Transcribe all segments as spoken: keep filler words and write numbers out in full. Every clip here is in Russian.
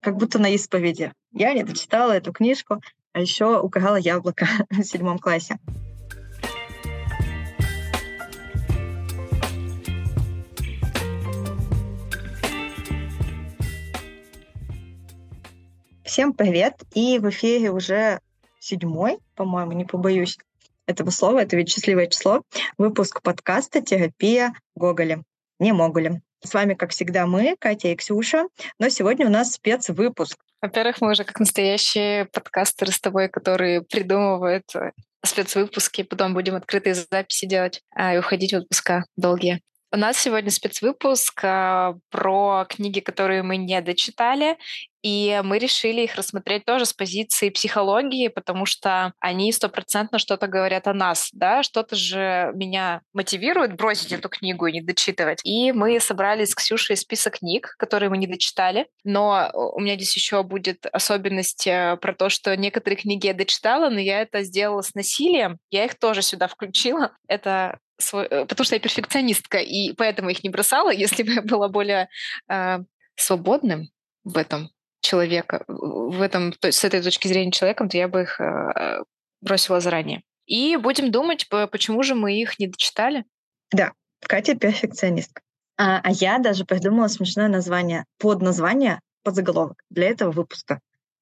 как будто на исповеди. Я не дочитала эту книжку, а еще украла яблоко в седьмом классе. Всем привет! И в эфире уже седьмой, по-моему, не побоюсь этого слова, это ведь счастливое число, выпуск подкаста «Терапия Гоголя». Не Моголя. С вами, как всегда, мы, Катя и Ксюша, но сегодня у нас спецвыпуск. Во-первых, мы уже как настоящие подкастеры с тобой, которые придумывают спецвыпуски, потом будем открытые записи делать а, и уходить в отпуска долгие. У нас сегодня спецвыпуск а, про книги, которые мы не дочитали, и мы решили их рассмотреть тоже с позиции психологии, потому что они стопроцентно что-то говорят о нас, да, что-то же меня мотивирует бросить эту книгу и не дочитывать. И мы собрали с Ксюшей список книг, которые мы не дочитали, но у меня здесь еще будет особенность про то, что некоторые книги я дочитала, но я это сделала с насилием, я их тоже сюда включила. Это свой, потому что я перфекционистка, и поэтому их не бросала. Если бы я была более э, свободным в этом человека, в этом, то есть с этой точки зрения человеком, то я бы их э, бросила заранее. И будем думать, почему же мы их не дочитали. Да, Катя перфекционистка. А, а я даже придумала смешное название, подназвание, подзаголовок для этого выпуска,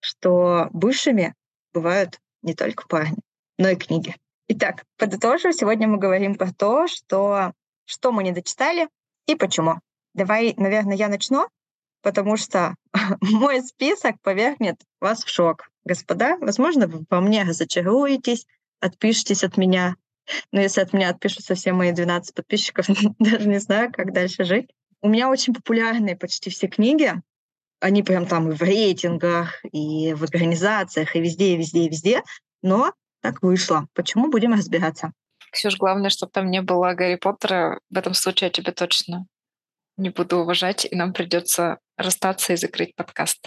что бывшими бывают не только парни, но и книги. Итак, подытожу, сегодня мы говорим про то, что, что мы не дочитали и почему. Давай, наверное, я начну, потому что мой список повергнет вас в шок. Господа, возможно, вы во мне разочаруетесь, отпишитесь от меня. Но если от меня отпишутся все мои двенадцать подписчиков, даже не знаю, как дальше жить. У меня очень популярные почти все книги. Они прям там и в рейтингах, и в организациях, и везде, и везде, и везде. Но так вышло. Почему? Будем разбираться. Ксюш, главное, чтобы там не было Гарри Поттера. В этом случае я тебя точно не буду уважать, и нам придется расстаться и закрыть подкаст.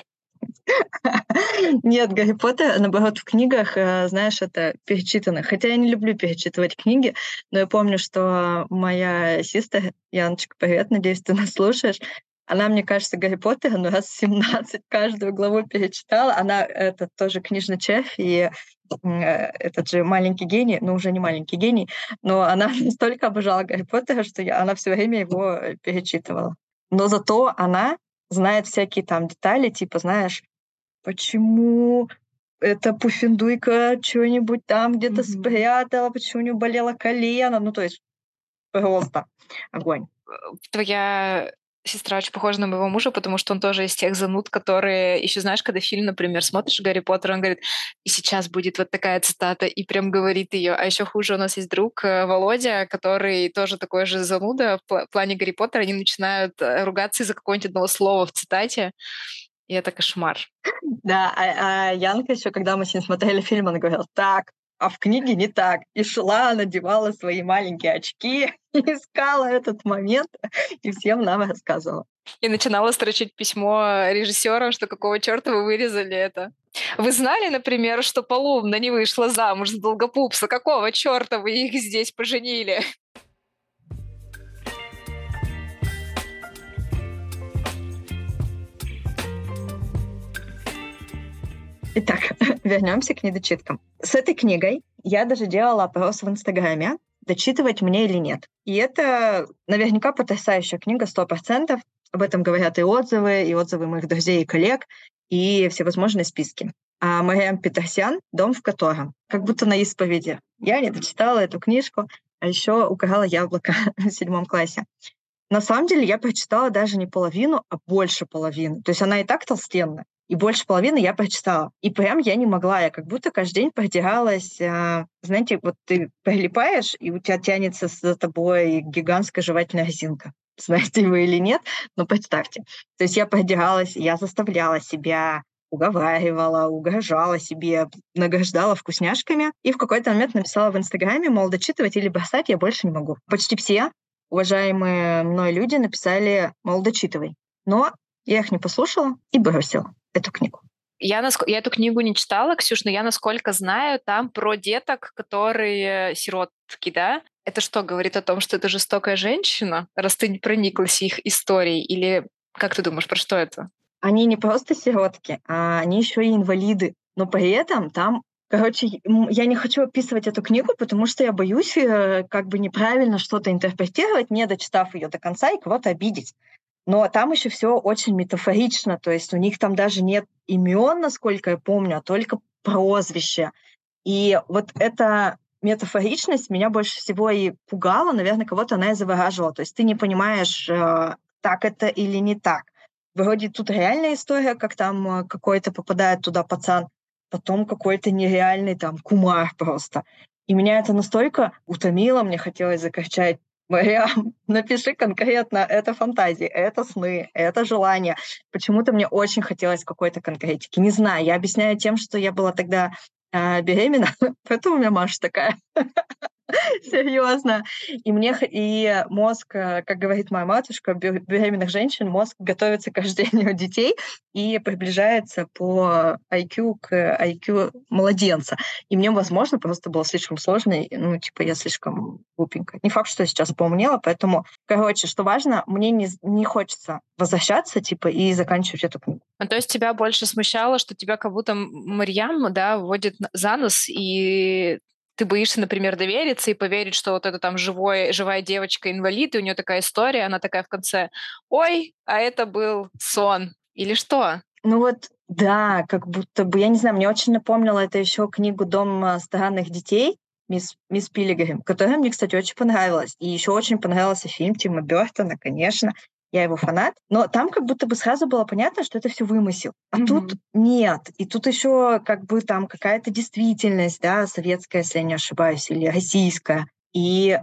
Нет, Гарри Поттер, наоборот, в книгах, знаешь, это перечитано. Хотя я не люблю перечитывать книги, но я помню, что моя сестра, Яночка, привет, надеюсь, ты нас слушаешь, она, мне кажется, Гарри Поттера, ну, раз семнадцать каждую главу перечитала. Она это тоже книжный червь, и этот же маленький гений, ну, уже не маленький гений, но она настолько обожала Гарри Поттера, что я, она все время его перечитывала. Но зато она знает всякие там детали, типа, знаешь, почему эта Пуффендуйка что-нибудь там где-то mm-hmm. спрятала, почему у нее болело колено, ну, то есть просто огонь. Твоя сестра очень похожа на моего мужа, потому что он тоже из тех зануд, которые... Еще знаешь, когда фильм, например, смотришь Гарри Поттер, он говорит, и сейчас будет вот такая цитата, и прям говорит ее. А еще хуже, у нас есть друг Володя, который тоже такой же зануда в плане Гарри Поттера. Они начинают ругаться из-за какого-нибудь одного слова в цитате, и это кошмар. Да, а, а Янка еще, когда мы с ним смотрели фильм, она говорила, так, а в книге не так. И шла, надевала свои маленькие очки, искала этот момент и всем нам рассказывала. И начинала строчить письмо режиссерам, что какого черта вы вырезали это. Вы знали, например, что Полумна не вышла замуж за Долгопупса? Какого черта вы их здесь поженили? Итак, вернемся к недочиткам. С этой книгой я даже делала опрос в Инстаграме, дочитывать мне или нет. И это наверняка потрясающая книга, сто процентов. Об этом говорят и отзывы, и отзывы моих друзей и коллег, и всевозможные списки. А Мариам Петросян «Дом в котором». Как будто на исповеди. Я не дочитала эту книжку, а еще украла яблоко в седьмом классе. На самом деле я прочитала даже не половину, а больше половины. То есть она и так толстенная. И больше половины я прочитала. И прям я не могла. Я как будто каждый день продиралась. А, знаете, вот ты прилипаешь, и у тебя тянется за тобой гигантская жевательная резинка. Знаете вы или нет, но представьте. То есть я продиралась, я заставляла себя, уговаривала, угрожала себе, награждала вкусняшками. И в какой-то момент написала в Инстаграме, мол, дочитывать или бросать я больше не могу. Почти все уважаемые мной люди написали, мол, дочитывай. Но я их не послушала и бросила эту книгу. Я, наск... я эту книгу не читала, Ксюш, но я, насколько знаю, там про деток, которые сиротки, да? Это что, говорит о том, что это жестокая женщина, раз ты не прониклась их историей? Или как ты думаешь, про что это? они не просто сиротки, а они еще и инвалиды. Но при этом там, короче, я не хочу описывать эту книгу, потому что я боюсь как бы неправильно что-то интерпретировать, не дочитав ее до конца и кого-то обидеть. Но там еще все очень метафорично, то есть у них там даже нет имен, насколько я помню, а только прозвища. И вот эта метафоричность меня больше всего и пугала, наверное, кого-то она и завораживала. То есть ты не понимаешь, э, так это или не так. Вроде тут реальная история, как там э, какой-то попадает туда пацан, потом какой-то нереальный там кумар просто. И меня это настолько утомило, мне хотелось закричать: Мариам, напиши конкретно, это фантазии, это сны, это желания. Почему-то мне очень хотелось какой-то конкретики. Не знаю, я объясняю тем, что я была тогда а, беременна, поэтому у меня Маша такая. Серьезно. И мне х- и мозг, э, как говорит моя матушка, бе- беременных женщин, мозг готовится к рождению детей и приближается по I Q к I Q младенца. И мне, возможно, просто было слишком сложно, и, ну, типа, я слишком глупенькая. Не факт, что я сейчас поумнела, поэтому, короче, что важно, мне не, з- не хочется возвращаться, типа, и заканчивать эту книгу. Ну, то есть тебя больше смущало, что тебя как будто М- Марьям, да, вводит на- за нос, и ты боишься, например, довериться и поверить, что вот это там живой, живая девочка-инвалид, и у нее такая история, она такая в конце: «Ой, а это был сон». Или что? Ну вот, да, как будто бы, я не знаю, мне очень напомнило это еще книгу «Дом а, странных детей» мисс, мисс Пилигрим, которая мне, кстати, очень понравилась. И еще очень понравился фильм Тима Бёртона, конечно. Я его фанат. Но там как будто бы сразу было понятно, что это все вымысел. А тут Мгм. нет. И тут еще как бы там какая-то действительность, да, советская, если я не ошибаюсь, или российская. И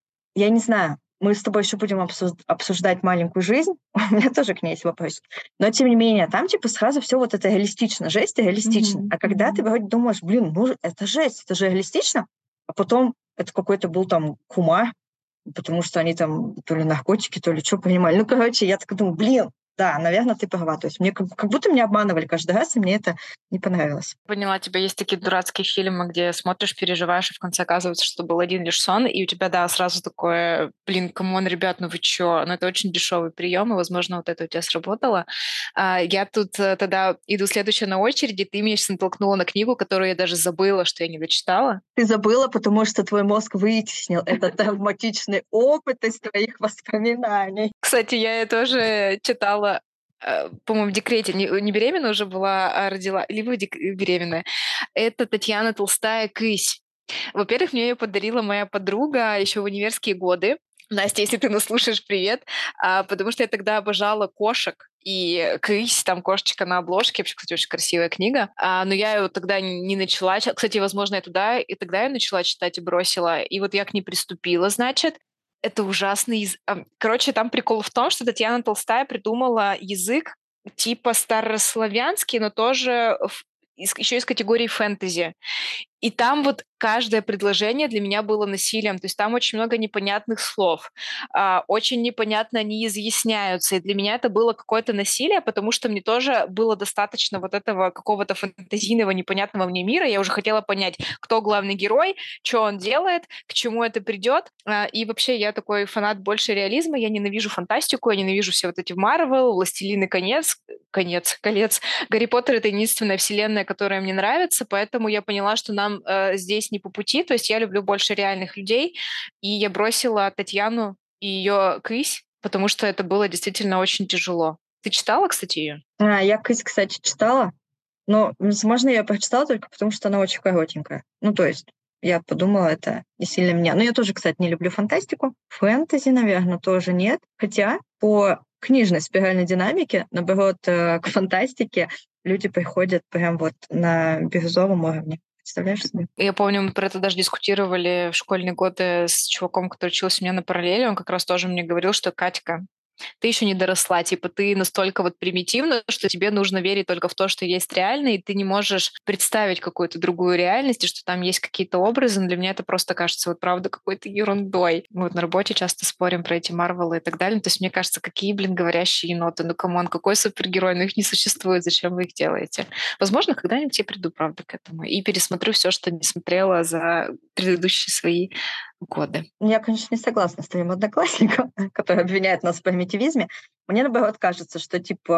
я не знаю, мы с тобой еще будем обсуж- обсуждать «Маленькую жизнь». У меня тоже к ней есть вопрос. Но тем не менее, там типа сразу все вот это реалистично, жесть реалистично. Мгм. А когда ты Мгм. вроде думаешь, блин, ну ж- это жесть, это же реалистично, а потом это какой-то был там кумар, потому что они там то ли наркотики, то ли что принимали. Ну, короче, я так думаю, блин, да, наверное, ты права. То есть мне как, как будто меня обманывали каждый раз, и мне это не понравилось. Поняла, у тебя есть такие дурацкие фильмы, где смотришь, переживаешь, и в конце оказывается, что был один лишь сон, и у тебя, да, сразу такое: блин, камон, ребят, ну вы чё? Ну это очень дешевый прием, и, возможно, вот это у тебя сработало. А, я тут э, тогда иду следующая на очереди, ты меня сейчас натолкнула на книгу, которую я даже забыла, что я не дочитала. Ты забыла, потому что твой мозг вытеснил этот травматичный опыт из твоих воспоминаний. Кстати, я ее тоже читала, э, по-моему, в декрете. Не, не беременна уже была, а родила. Либо в дек- беременная. Это Татьяна Толстая «Кысь». Во-первых, мне ее подарила моя подруга еще в универские годы. Настя, если ты нас слушаешь, привет. А, потому что я тогда обожала кошек. И «Кысь», там кошечка на обложке. Вообще, кстати, очень красивая книга. А, но я ее тогда не не начала. ча- Кстати, возможно, я туда и тогда ее начала читать и бросила. И вот я к ней приступила, значит. Это ужасный язык. Короче, там прикол в том, что Татьяна Толстая придумала язык типа старославянский, но тоже в- из- еще из категории фэнтези. И там вот каждое предложение для меня было насилием. То есть там очень много непонятных слов. А, очень непонятно они изъясняются. И для меня это было какое-то насилие, потому что мне тоже было достаточно вот этого какого-то фантазийного, непонятного мне мира. Я уже хотела понять, кто главный герой, что он делает, к чему это придет. А, и вообще я такой фанат больше реализма. Я ненавижу фантастику, я ненавижу все вот эти Марвел, Властелины конец, конец, колец. Гарри Поттер — это единственная вселенная, которая мне нравится, поэтому я поняла, что нам э, здесь не по пути, то есть я люблю больше реальных людей, и я бросила Татьяну и ее «Кысь», потому что это было действительно очень тяжело. Ты читала, кстати, ее? А, я «Кысь», кстати, читала, но, возможно, я прочитала только потому, что она очень коротенькая. Ну, то есть я подумала, это не сильно меня. Но я тоже, кстати, не люблю фантастику. Фэнтези, наверное, тоже нет. Хотя по книжной спиральной динамике, наоборот, э, к фантастике люди приходят прям вот на бирюзовом уровне. Представляешь себе? Я помню, мы про это даже дискутировали в школьные годы с чуваком, который учился у меня на параллели. Он как раз тоже мне говорил, что: Катька, ты еще не доросла, типа ты настолько вот примитивна, что тебе нужно верить только в то, что есть реально, и ты не можешь представить какую-то другую реальность, и что там есть какие-то образы. Но для меня это просто кажется вот правда какой-то ерундой. Мы вот на работе часто спорим про эти Марвелы и так далее. То есть мне кажется, какие, блин, говорящие еноты, ну камон, какой супергерой, ну их не существует, зачем вы их делаете? Возможно, когда-нибудь я приду, правда, к этому и пересмотрю все, что не смотрела за предыдущие свои годы. Ну, я, конечно, не согласна с твоим одноклассником, который обвиняет нас в примитивизме. Мне, наоборот, кажется, что, типа,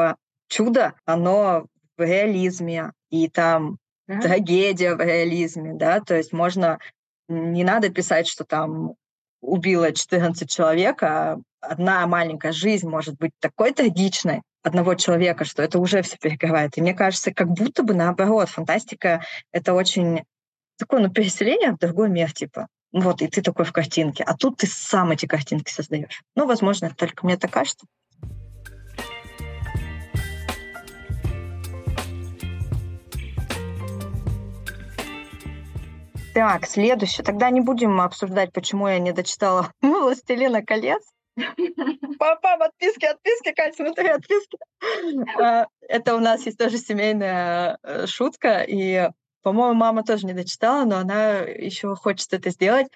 чудо, оно в реализме, и там Мгм. трагедия в реализме, да, то есть можно, не надо писать, что там убило четырнадцать человек, а одна маленькая жизнь может быть такой трагичной одного человека, что это уже все перекрывает. И мне кажется, как будто бы наоборот, фантастика — это очень такое, ну, переселение в другой мир, типа. Вот, и ты такой в картинке. А тут ты сам эти картинки создаешь. Ну, возможно, это только мне так кажется. Так, следующее. Тогда не будем обсуждать, почему я не дочитала «Властелина колец». Папа, отписки, отписки, Кать, смотри, отписки. А, Это у нас есть тоже семейная э, шутка, и, по-моему, мама тоже не дочитала, но она еще хочет это сделать.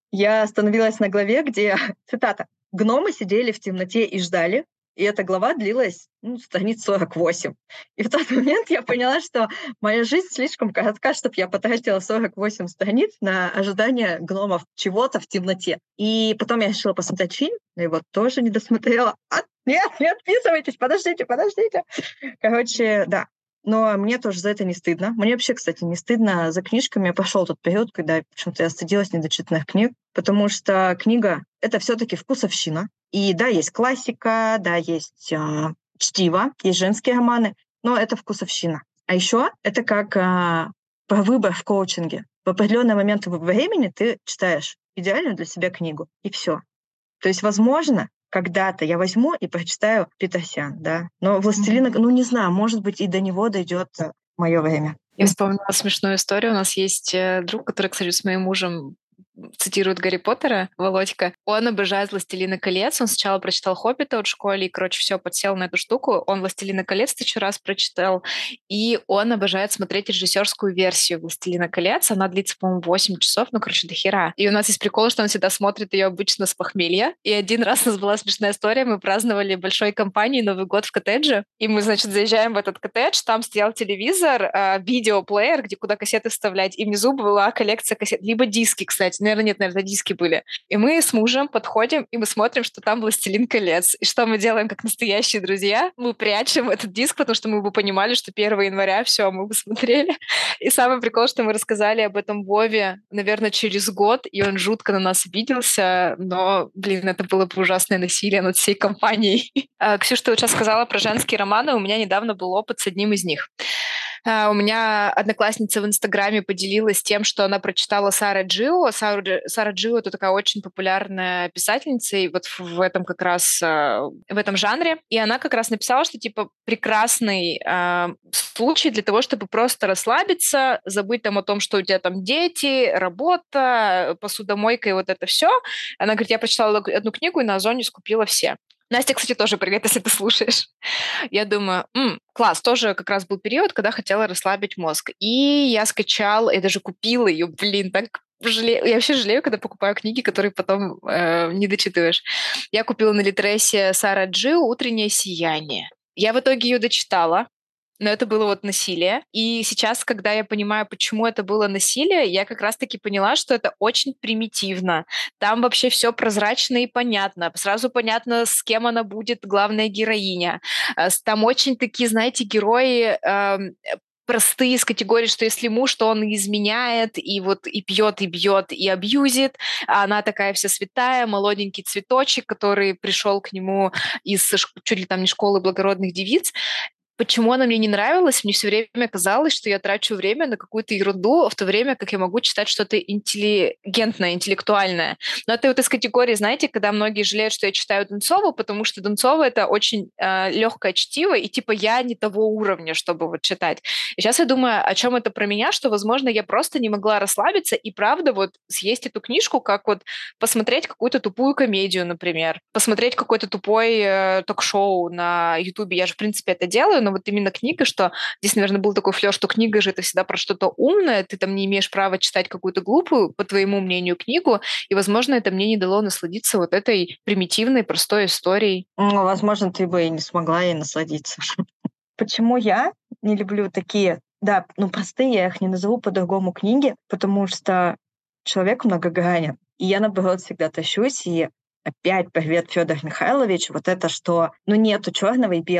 Я остановилась на главе, где, цитата, «Гномы сидели в темноте и ждали», и эта глава длилась, ну, страниц сорок восемь. И в тот момент я поняла, что моя жизнь слишком коротка, чтобы я потратила сорок восемь страниц на ожидание гномов чего-то в темноте. И потом я решила посмотреть фильм, но его тоже не досмотрела. А, нет, не отписывайтесь, подождите, подождите. Короче, да. Но мне тоже за это не стыдно. Мне вообще, кстати, не стыдно за книжками. Пошел тот период, когда почему-то я стыдилась недочитанных книг, потому что книга — это все-таки вкусовщина. И да, есть классика, да, есть а, чтиво, есть женские романы, но это вкусовщина. А еще это как а, про выбор в коучинге. В определенный момент времени ты читаешь идеальную для себя книгу, и все. То есть, возможно, когда-то я возьму и прочитаю Петросян, да. Но «Властелина», ну, не знаю, может быть, и до него дойдет мое время. Я вспомнила смешную историю. У нас есть э, друг, который, кстати, с моим мужем цитирует Гарри Поттера, Володька. Он обожает «Властелина колец». Он сначала прочитал «Хоббита» в школе, и, короче, все, подсел на эту штуку. Он «Властелина колец» тысячу раз прочитал. И он обожает смотреть режиссерскую версию «Властелина колец». Она длится, по-моему, восемь часов, ну, короче, до хера. И у нас есть прикол, что он всегда смотрит ее обычно с похмелья. И один раз у нас была смешная история. Мы праздновали большой компанией Новый год в коттедже. И мы, значит, заезжаем в этот коттедж. Там стоял телевизор, э, видеоплеер, где куда кассеты вставлять. И внизу была коллекция кассет. Либо диски, кстати. Наверное, нет, наверное, диски были. И мы с мужем подходим, и мы смотрим, что там «Властелин колец». И что мы делаем, как настоящие друзья? Мы прячем этот диск, потому что мы бы понимали, что первого января все, мы бы смотрели. И самый прикол, что мы рассказали об этом Вове, наверное, через год, и он жутко на нас обиделся, но, блин, это было бы ужасное насилие над всей компанией. А, Ксюш, ты вот сейчас сказала про женские романы, у меня недавно был опыт с одним из них. А, У меня одноклассница в Инстаграме поделилась тем, что она прочитала Сара Джио. Сара, Дж- Сара Джио — это такая очень популярная писательница, и вот в в этом как раз, а, в этом жанре. И она как раз написала, что типа прекрасный а, случай для того, чтобы просто расслабиться, забыть там о том, что у тебя там дети, работа, посудомойка и вот это все. Она говорит, я прочитала одну книгу и на Озоне скупила все. Настя, кстати, тоже привет, если ты слушаешь. Я думаю, м, класс, тоже как раз был период, когда хотела расслабить мозг. И я скачала, я даже купила ее, блин, так жалею. Я вообще жалею, когда покупаю книги, которые потом э, не дочитываешь. Я купила на Литресе Сара Джио «Утреннее сияние». Я в итоге ее дочитала, но это было вот насилие. И сейчас, когда я понимаю, почему это было насилие, я как раз-таки поняла, что это очень примитивно. Там вообще все прозрачно и понятно. Сразу понятно, с кем она будет, главная героиня. Э, с- Там очень такие, знаете, герои эм, простые из категории, что если муж, то он изменяет, и вот и пьет, и бьет, и абьюзит, а она такая вся святая, молоденький цветочек, который пришел к нему из ш- чуть ли там не школы благородных девиц. Почему она мне не нравилась? Мне все время казалось, что я трачу время на какую-то ерунду, в то время как я могу читать что-то интеллигентное, интеллектуальное. Но это вот из категории, знаете, когда многие жалеют, что я читаю Донцову, потому что Донцова — это очень э, легкое чтиво, и типа я не того уровня, чтобы вот читать. И сейчас я думаю, о чем это про меня, что, возможно, я просто не могла расслабиться и правда вот съесть эту книжку, как вот посмотреть какую-то тупую комедию, например, посмотреть какой-то тупой э, ток-шоу на Ютубе. Я же, в принципе, это делаю, но вот именно книга, что здесь, наверное, был такой флёр, что книга же это всегда про что-то умное, ты там не имеешь права читать какую-то глупую, по твоему мнению, книгу, и, возможно, это мне не дало насладиться вот этой примитивной, простой историей. Ну, возможно, ты бы и не смогла ей насладиться. Почему я не люблю такие, да, ну, простые, я их не назову по-другому книги, потому что человек многогранен. И я, наоборот, всегда тащусь, и опять привет, Федор Михайлович, вот это, что, ну, нету черного и белого.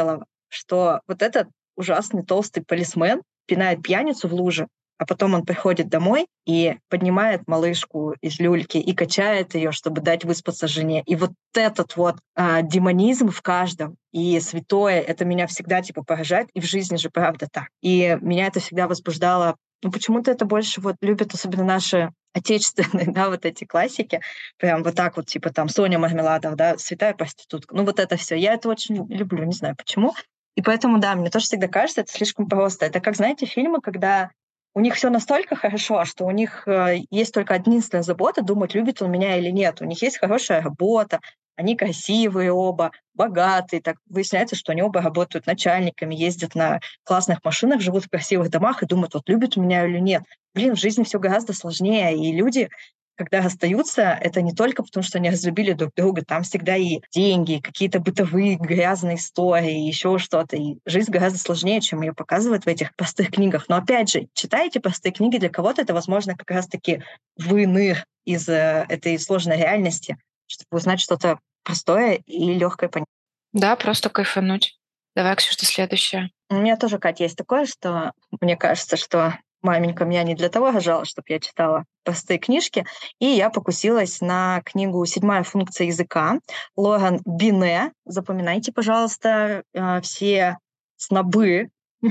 что вот этот ужасный толстый полисмен пинает пьяницу в луже, а потом он приходит домой и поднимает малышку из люльки и качает ее, чтобы дать выспаться жене. И вот этот вот а, демонизм в каждом и святое, это меня всегда типа поражает, и в жизни же правда так. И меня это всегда возбуждало. Ну почему-то это больше вот любят, особенно наши отечественные, да, вот эти классики, прям вот так вот, типа там Соня Мармеладова, да, святая проститутка. Ну вот это все. Я это очень люблю, не знаю почему. И поэтому, да, мне тоже всегда кажется, это слишком просто. Это как, знаете, фильмы, когда у них все настолько хорошо, что у них э, есть только единственная забота — думать, любит он меня или нет. У них есть хорошая работа, они красивые оба, богатые. Так выясняется, что они оба работают начальниками, ездят на классных машинах, живут в красивых домах и думают, вот любит он меня или нет. Блин, в жизни все гораздо сложнее, и люди, когда расстаются, это не только потому, что они разлюбили друг друга, там всегда и деньги, и какие-то бытовые грязные истории, и еще что-то. И жизнь гораздо сложнее, чем ее показывают в этих простых книгах. Но опять же, читаете простые книги, для кого-то это, возможно, как раз-таки выныр из э, этой сложной реальности, чтобы узнать что-то простое и легкое понять. Да, просто кайфануть. Давай, Ксюша, следующее. У меня тоже, Катя, есть такое, что мне кажется, что маменька меня не для того рожала, чтобы я читала простые книжки, и я покусилась на книгу «Седьмая функция языка» Лорен Бине. Запоминайте, пожалуйста, э, все снобы.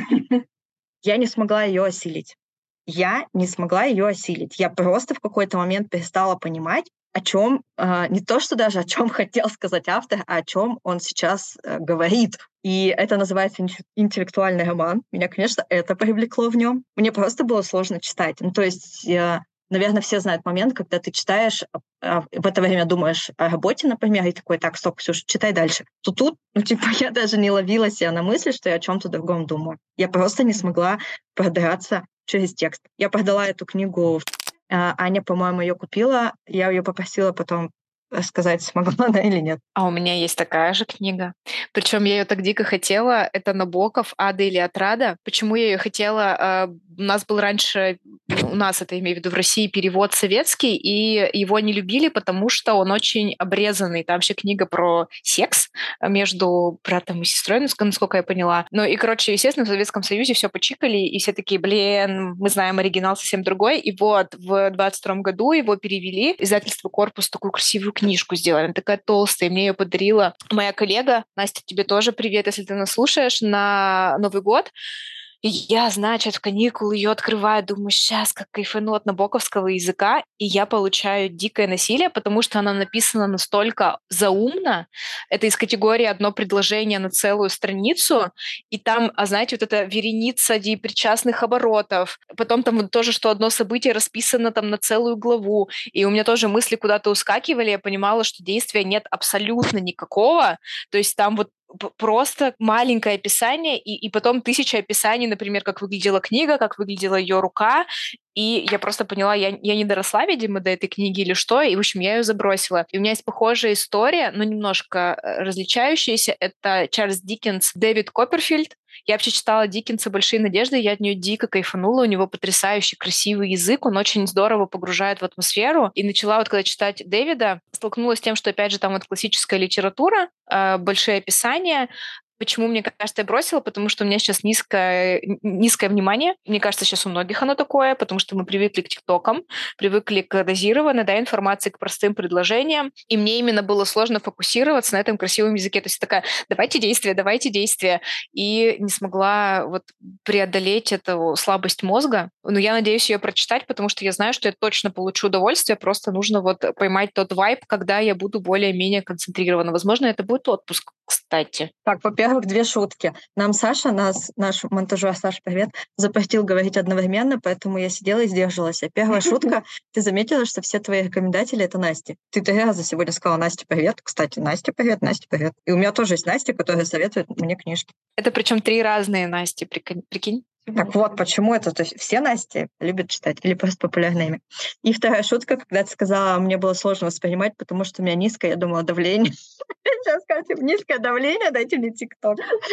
Я не смогла ее осилить. Я не смогла ее осилить. Я просто в какой-то момент перестала понимать, о чем, э, не то что даже о чем хотел сказать автор, а о чем он сейчас э, говорит. И это называется инте- интеллектуальный роман. Меня, конечно, это привлекло в нем. Мне просто было сложно читать. Ну, то есть, э, наверное, все знают момент, когда ты читаешь, а, а в это время думаешь о работе, например, и такой, так, стоп, Ксюша, читай дальше. То тут, ну, типа, я даже не ловила себя на мысли, что я о чем-то другом думаю. Я просто не смогла продираться через текст. Я продала эту книгу. А, Аня, по-моему, ее купила. Я ее попросила потом рассказать, смогла она или нет. А у меня есть такая же книга. Причем я ее так дико хотела. Это Набоков «Ада или отрада». Почему я ее хотела? А, У нас был раньше, у нас это имею в виду в России, перевод советский, и его не любили, потому что он очень обрезанный. Там вообще книга про секс между братом и сестрой, наск- насколько я поняла. Ну и, короче, естественно, в Советском Союзе все почикали, и все такие, блин, мы знаем, оригинал совсем другой. И вот в двадцать втором году его перевели. Издательство «Корпус» такую красивую книжку сделали. Она такая толстая. Мне ее подарила моя коллега. Настя, тебе тоже привет, если ты нас слушаешь, на Новый год. И я, значит, в каникулы ее открываю, думаю, сейчас как кайфану от набоковского языка, и я получаю дикое насилие, потому что она написана настолько заумно. Это из категории одно предложение на целую страницу, и там, а знаете, вот эта вереница причастных оборотов. Потом там вот тоже, что одно событие расписано там на целую главу. И у меня тоже мысли куда-то ускакивали, я понимала, что действия нет абсолютно никакого. То есть там вот п- просто маленькое описание, и, и потом тысяча описаний, например, как выглядела книга, как выглядела ее рука. И я просто поняла, я, я не доросла, видимо, до этой книги или что, и, в общем, я ее забросила. И у меня есть похожая история, но немножко э, различающаяся. Это Чарльз Диккенс, Дэвид Копперфильд. Я вообще читала Диккенса «Большие надежды», я от нее дико кайфанула, у него потрясающий красивый язык, он очень здорово погружает в атмосферу. И начала вот когда читать Дэвида, столкнулась с тем, что, опять же, там вот классическая литература, э, большие описания. Почему, мне кажется, я бросила? Потому что у меня сейчас низкое, низкое внимание. Мне кажется, сейчас у многих оно такое, потому что мы привыкли к тиктокам, привыкли к дозированной, да, информации, к простым предложениям. И мне именно было сложно фокусироваться на этом красивом языке. То есть такая, давайте действия, давайте действия. И не смогла вот преодолеть эту слабость мозга. Но я надеюсь ее прочитать, потому что я знаю, что я точно получу удовольствие. Просто нужно вот поймать тот вайб, когда я буду более-менее концентрирована. Возможно, это будет отпуск, кстати. Так, во-первых, две шутки. Нам Саша, нас, наш монтажер, Саша, привет, запретил говорить одновременно, поэтому я сидела и сдерживалась. А первая шутка, ты заметила, что все твои рекомендатели — это Настя. Ты три раза сегодня сказала Насте привет. Кстати, Настя привет, Настя привет. И у меня тоже есть Настя, которая советует мне книжки. Это причем три разные Насти, прикинь. прикинь? Так вот, почему это? То есть все Насти любят читать или просто популярное имя. И вторая шутка, когда ты сказала, мне было сложно воспринимать, потому что у меня низкое, я думала, давление. Сейчас скажете, низкое давление, дайте мне ТикТок.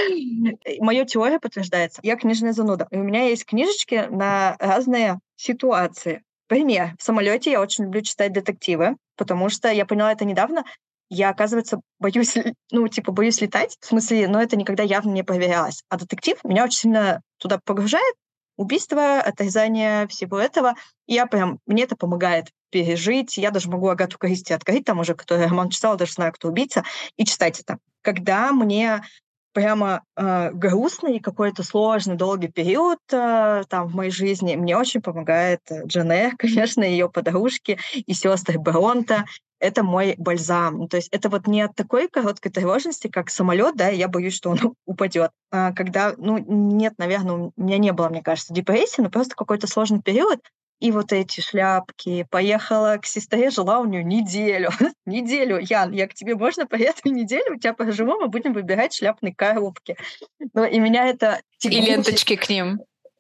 Моя теория подтверждается. Я книжная зануда. И у меня есть книжечки на разные ситуации. Пример. В самолете я очень люблю читать детективы, потому что я поняла это недавно. я, оказывается, боюсь, ну, типа, боюсь летать, в смысле, но это никогда явно не проверялось. А детектив меня очень сильно туда погружает, убийство, отрезание всего этого, и я прям, мне это помогает пережить. Я даже могу Агату Кристи открыть, там уже, который роман читала, даже знаю, кто убийца, и читать это. Когда мне прямо э, грустный какой-то сложный, долгий период э, там в моей жизни, мне очень помогает э, Джен Эйр, конечно, ее подружки и сестры Бронте. Это мой бальзам. Ну, то есть это вот не от такой короткой тревожности, как самолет, да, и я боюсь, что он упадет. А когда, ну, нет, наверное, у меня не было, мне кажется, депрессии, но просто какой-то сложный период, и вот эти шляпки. Поехала к сестре, жила у нее неделю. Неделю. Ян, я к тебе можно поеду неделю? У тебя поживу, мы будем выбирать шляпные коробки. Ну, и меня это И тягуче. ленточки к ним.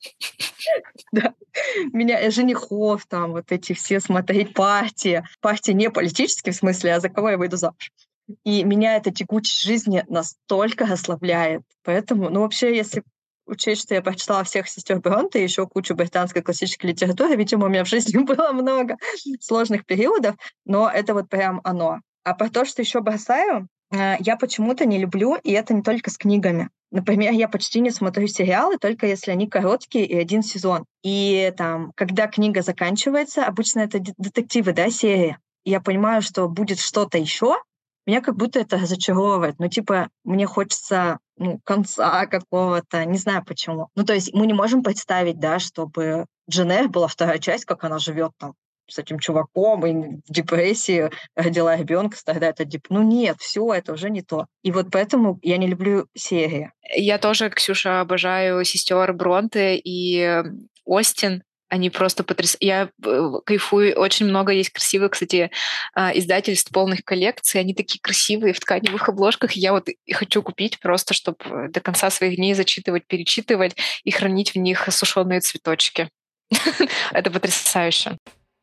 Да. Меня э, женихов там, вот эти все смотреть партии. Партии не политические в смысле, а за кого я выйду замуж. И меня эта тягучесть жизни настолько расслабляет. Поэтому, ну, вообще, если учесть, что я прочитала всех сестер Бронте и еще кучу британской классической литературы, видимо, у меня в жизни было много сложных периодов, но это вот прям оно. А про то, что еще бросаю, э, я почему-то не люблю, и это не только с книгами. Например, я почти не смотрю сериалы, только если они короткие и один сезон. И там, когда книга заканчивается, обычно это де- детективы, да, серии. И я понимаю, что будет что-то еще, меня как будто это разочаровывает. Ну, типа, мне хочется, ну, конца какого-то, не знаю почему. Ну, то есть мы не можем представить, да, чтобы Джен Эйр была вторая часть, как она живет там с этим чуваком и в депрессии родила ребенка, страдает от деп... Ну нет, все это уже не то. И вот поэтому я не люблю серии. Я тоже, Ксюша, обожаю сестер Бронте и э, Остин. Они просто потрясают. Я э, кайфую. Очень много есть красивых, кстати, а, издательств полных коллекций. Они такие красивые в тканевых обложках. Я вот и хочу купить просто, чтобы до конца своих дней зачитывать, перечитывать и хранить в них сушеные цветочки. Это потрясающе.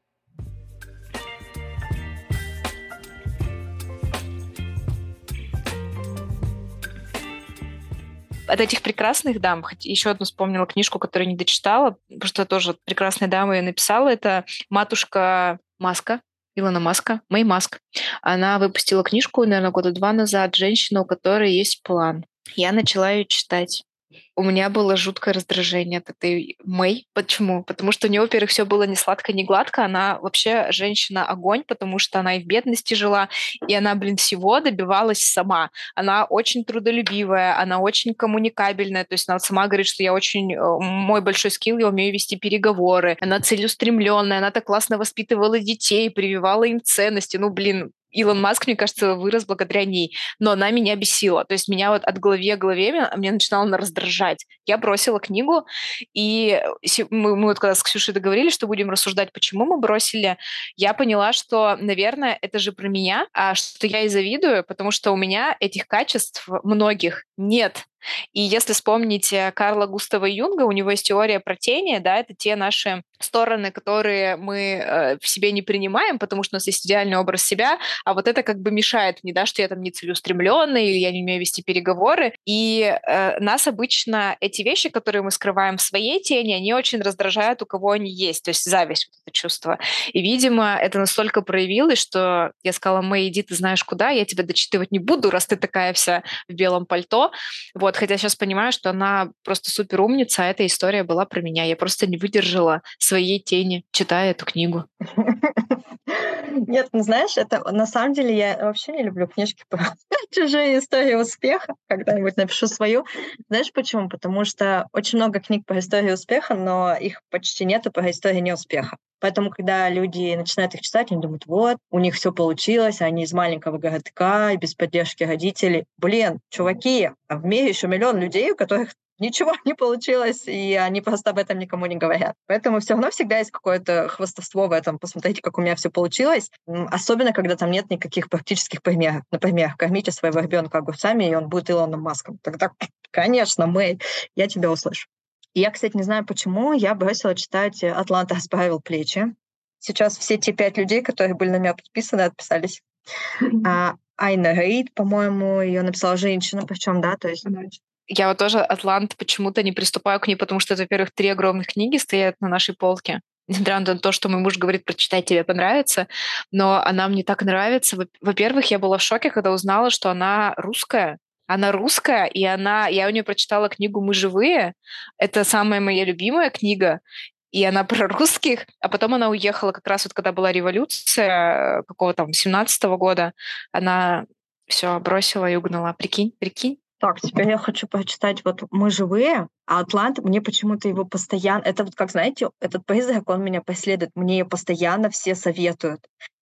От этих прекрасных дам, хоть еще одну вспомнила книжку, которую не дочитала, потому что тоже прекрасная дама ее написала, это матушка Маска, Илона Маска, Мэй Маск. Она выпустила книжку, наверное, года два назад, «Женщина, у которой есть план». Я начала ее читать. У меня было жуткое раздражение от этой Мэй. Почему? Потому что у нее, во-первых, все было не сладко, не гладко. Она вообще женщина-огонь, потому что она и в бедности жила, и она, блин, всего добивалась сама. Она очень трудолюбивая, она очень коммуникабельная. То есть она вот сама говорит, что я очень... э, Мой большой скилл, я умею вести переговоры. Она целеустремленная, она так классно воспитывала детей, прививала им ценности. Ну, блин, Илон Маск, мне кажется, вырос благодаря ней, но она меня бесила. То есть меня вот от голове к голове меня, меня начинало на раздражать. Я бросила книгу, и се- мы, мы вот когда с Ксюшей договорились, что будем рассуждать, почему мы бросили, я поняла, что, наверное, это же про меня, а что я и завидую, потому что у меня этих качеств многих нет. И если вспомнить э, Карла Густава Юнга, у него есть теория про тени, да, это те наши стороны, которые мы э, в себе не принимаем, потому что у нас есть идеальный образ себя, а вот это как бы мешает мне, да, что я там не целеустремленная или я не умею вести переговоры. И э, нас обычно эти вещи, которые мы скрываем в своей тени, они очень раздражают, у кого они есть, то есть зависть, вот это чувство. И, видимо, это настолько проявилось, что я сказала: Мэй, иди, ты знаешь куда, я тебя дочитывать не буду, раз ты такая вся в белом пальто. Вот, хотя сейчас понимаю, что она просто супер умница, а эта история была про меня. Я просто не выдержала своей тени, читая эту книгу. Нет, ну знаешь, это на самом деле я вообще не люблю книжки про чужие истории успеха. Когда-нибудь напишу свою. Знаешь почему? Потому что очень много книг про историю успеха, но их почти нету про историю неуспеха. Поэтому, когда люди начинают их читать, они думают, вот, у них все получилось, они из маленького городка, и без поддержки родителей. Блин, чуваки, а в мире еще миллион людей, у которых ничего не получилось, и они просто об этом никому не говорят. Поэтому все равно всегда есть какое-то хвастовство в этом. Посмотрите, как у меня все получилось. М, Особенно, когда там нет никаких практических примеров. Например, кормите своего ребенка огурцами, и он будет Илоном Маском. Тогда, конечно, Мэй, я тебя услышу. И я, кстати, не знаю почему, я бросила читать «Атланта расправил плечи». Сейчас все те пять людей, которые были на меня подписаны, отписались. А Айна Рейд, по-моему, ее написала женщина, причем, да, то есть Я вот тоже «Атлант» почему-то не приступаю к ней, потому что, во-первых, три огромных книги стоят на нашей полке. несмотря на то, что мой муж говорит, прочитай, тебе понравится, но она мне так нравится. Во-первых, я была в шоке, когда узнала, что она русская. Она русская, и она... Я у нее прочитала книгу «Мы живые». Это самая моя любимая книга, и она про русских. А потом она уехала как раз вот когда была революция какого-то там семнадцатого года. Она все бросила и угнала. Прикинь, прикинь. Так, теперь я хочу прочитать вот «Мы живые», а «Атлант», мне почему-то его постоянно... Это вот как, знаете, этот призрак, он меня преследует, мне ее постоянно все советуют.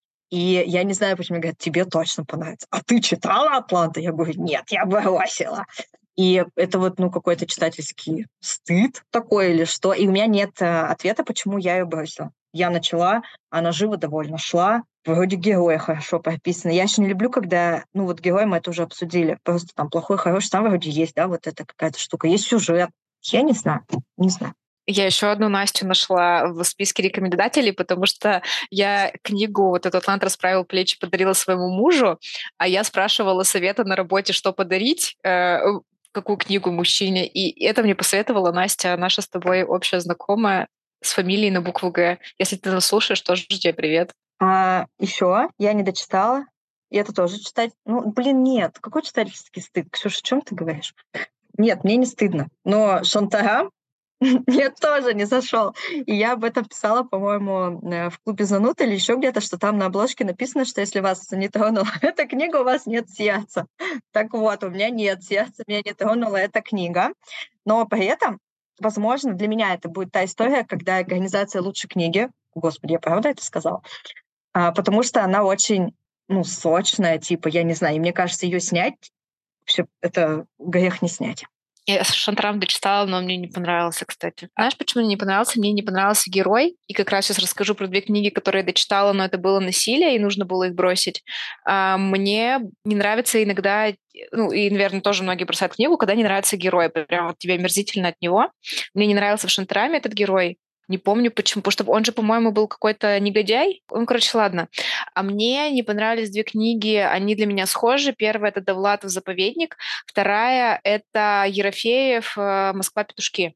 И я не знаю, почему говорят, тебе точно понравится. А ты читала «Атланта»? Я говорю, нет, я бросила. И это вот, ну, какой-то читательский стыд такой или что. И у меня нет э, ответа, почему я ее бросила. Я начала, она живо довольно шла. Вроде героя хорошо прописаны. Я еще не люблю, когда, ну, вот герой мы это уже обсудили. Просто там плохой, хороший, там вроде есть, да, вот эта какая-то штука. Есть сюжет. Я не знаю, не знаю. Я еще одну Настю нашла в списке рекомендателей, потому что я книгу вот эту «Атлант расправил плечи» подарила своему мужу, а я спрашивала совета на работе, что подарить, э, какую книгу мужчине, и это мне посоветовала Настя, наша с тобой общая знакомая с фамилией на букву «Г». Если ты нас слушаешь, тоже тебе привет. А еще я не дочитала, и это тоже читать. Ну, блин, нет, какой читательский стыд? Ксюша, о чем ты говоришь? Нет, мне не стыдно. Но Шантарам мне тоже не зашел. И я об этом писала, по-моему, э, в клубе Зануд или еще где-то, что там на обложке написано, что если вас не тронула эта книга, у вас нет сердца. Так вот, у меня нет сердца, меня не тронула эта книга. Но при этом, возможно, для меня это будет та история, когда организация «Лучше книги», господи, я правда это сказала? А, потому что она очень, ну, сочная, типа, я не знаю, и мне кажется, ее снять, вообще, это грех не снять. Я Шантрам дочитала, но мне не понравился, кстати. Знаешь, почему мне не понравился? Мне не понравился герой. И как раз сейчас расскажу про две книги, которые я дочитала, но это было насилие, и нужно было их бросить. А, мне не нравится иногда, ну, и, наверное, тоже многие бросают книгу, когда не нравится герой. Прям вот тебе омерзительно от него. Мне не нравился в Шантраме этот герой. Не помню почему, потому что он же, по-моему, был какой-то негодяй. Ну, короче, ладно. А мне не понравились две книги, они для меня схожи. Первая — это «Довлатов заповедник», вторая — это Ерофеев «Москва-петушки».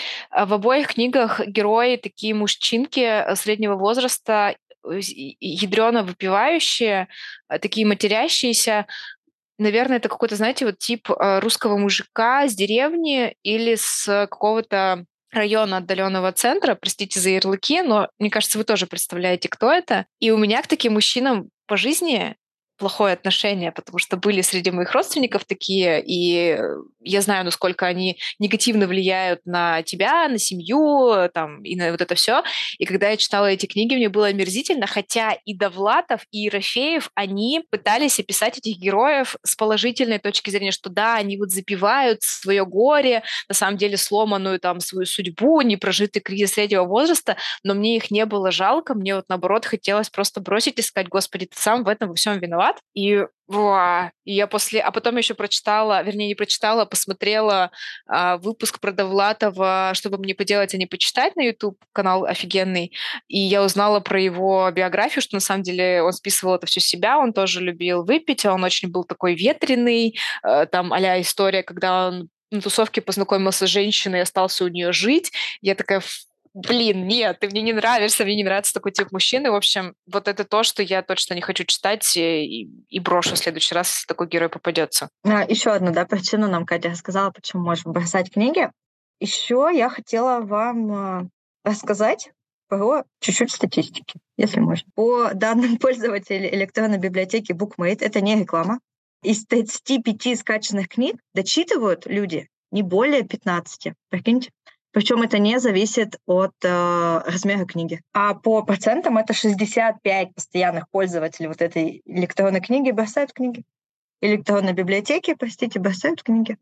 В обоих книгах герои такие мужчинки среднего возраста, ядрёно выпивающие, такие матерящиеся. Наверное, это какой-то, знаете, вот тип русского мужика с деревни или с какого-то района отдаленного центра, простите за ярлыки, но мне кажется, вы тоже представляете, кто это. И у меня к таким мужчинам по жизни плохое отношение, потому что были среди моих родственников такие, и я знаю, насколько они негативно влияют на тебя, на семью, там, и на вот это все. И когда я читала эти книги, мне было омерзительно, хотя и Довлатов, и Ерофеев, они пытались описать этих героев с положительной точки зрения, что да, они вот запивают свое горе, на самом деле сломанную там свою судьбу, непрожитый кризис среднего возраста, но мне их не было жалко, мне вот наоборот хотелось просто бросить и сказать, господи, ты сам в этом во всем виноват. И, уа, и я после... А потом еще прочитала, вернее, не прочитала, а посмотрела а, выпуск про Довлатова, чтобы мне поделать, а не почитать, на YouTube, канал офигенный. И я узнала про его биографию, что на самом деле он списывал это все с себя, он тоже любил выпить, он очень был такой ветреный, э, там а-ля история, когда он на тусовке познакомился с женщиной и остался у нее жить. Я такая... Блин, нет, ты мне не нравишься, мне не нравится такой тип мужчины. В общем, вот это то, что я точно не хочу читать и, и брошу в следующий раз, если такой герой попадется. А, еще одну, да, причину нам Катя рассказала, почему можем бросать книги. Еще я хотела вам рассказать про чуть-чуть статистики, если можно. По данным пользователей электронной библиотеки BookMate, это не реклама, из тридцати пяти скачанных книг дочитывают люди не более пятнадцати. Прикиньте. Причем это не зависит от э, размера книги. А по процентам это шестьдесят пять постоянных пользователей вот этой электронной книги бросают книги. Электронной библиотеки, простите, бросают книги.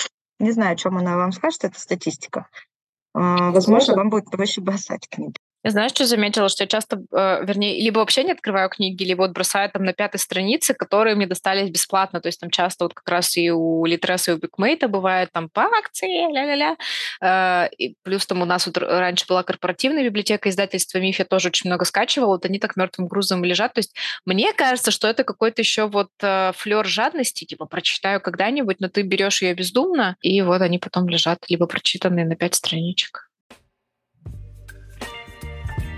Не знаю, о чем она вам скажет, это статистика. Э, возможно, вам будет проще бросать книги. Я знаешь, что заметила? Что я часто, э, вернее, либо вообще не открываю книги, либо вот бросаю там на пятой странице, которые мне достались бесплатно. То есть там часто вот как раз и у Литрес, и у Бикмейта бывает там по акции, ля-ля-ля. Э, и плюс там у нас вот раньше была корпоративная библиотека издательства «Миф», я тоже очень много скачивала. Вот они так мертвым грузом лежат. То есть мне кажется, что это какой-то еще вот э, флер жадности, типа прочитаю когда-нибудь, но ты берешь ее бездумно, и вот они потом лежат, либо прочитанные на пять страничек.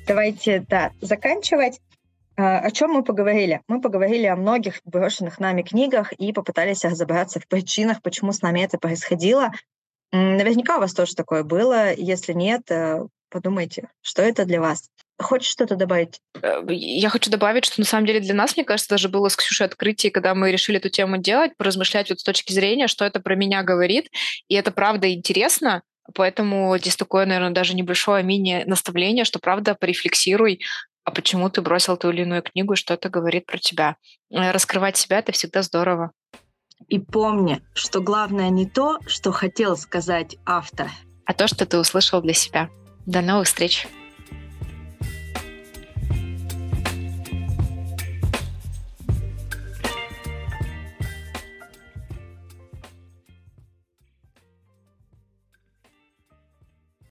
Давайте, да, заканчивать. О чем мы поговорили? Мы поговорили о многих брошенных нами книгах и попытались разобраться в причинах, почему с нами это происходило. Наверняка у вас тоже такое было. Если нет, подумайте, что это для вас. Хочешь что-то добавить? Я хочу добавить, что на самом деле для нас, мне кажется, даже было с Ксюшей открытие, когда мы решили эту тему делать, поразмышлять вот с точки зрения, что это про меня говорит. И это правда интересно. Поэтому здесь такое, наверное, даже небольшое мини-наставление, что правда порефлексируй, а почему ты бросил ту или иную книгу, и что это говорит про тебя. Раскрывать себя — это всегда здорово. И помни, что главное не то, что хотел сказать автор, а то, что ты услышал для себя. До новых встреч!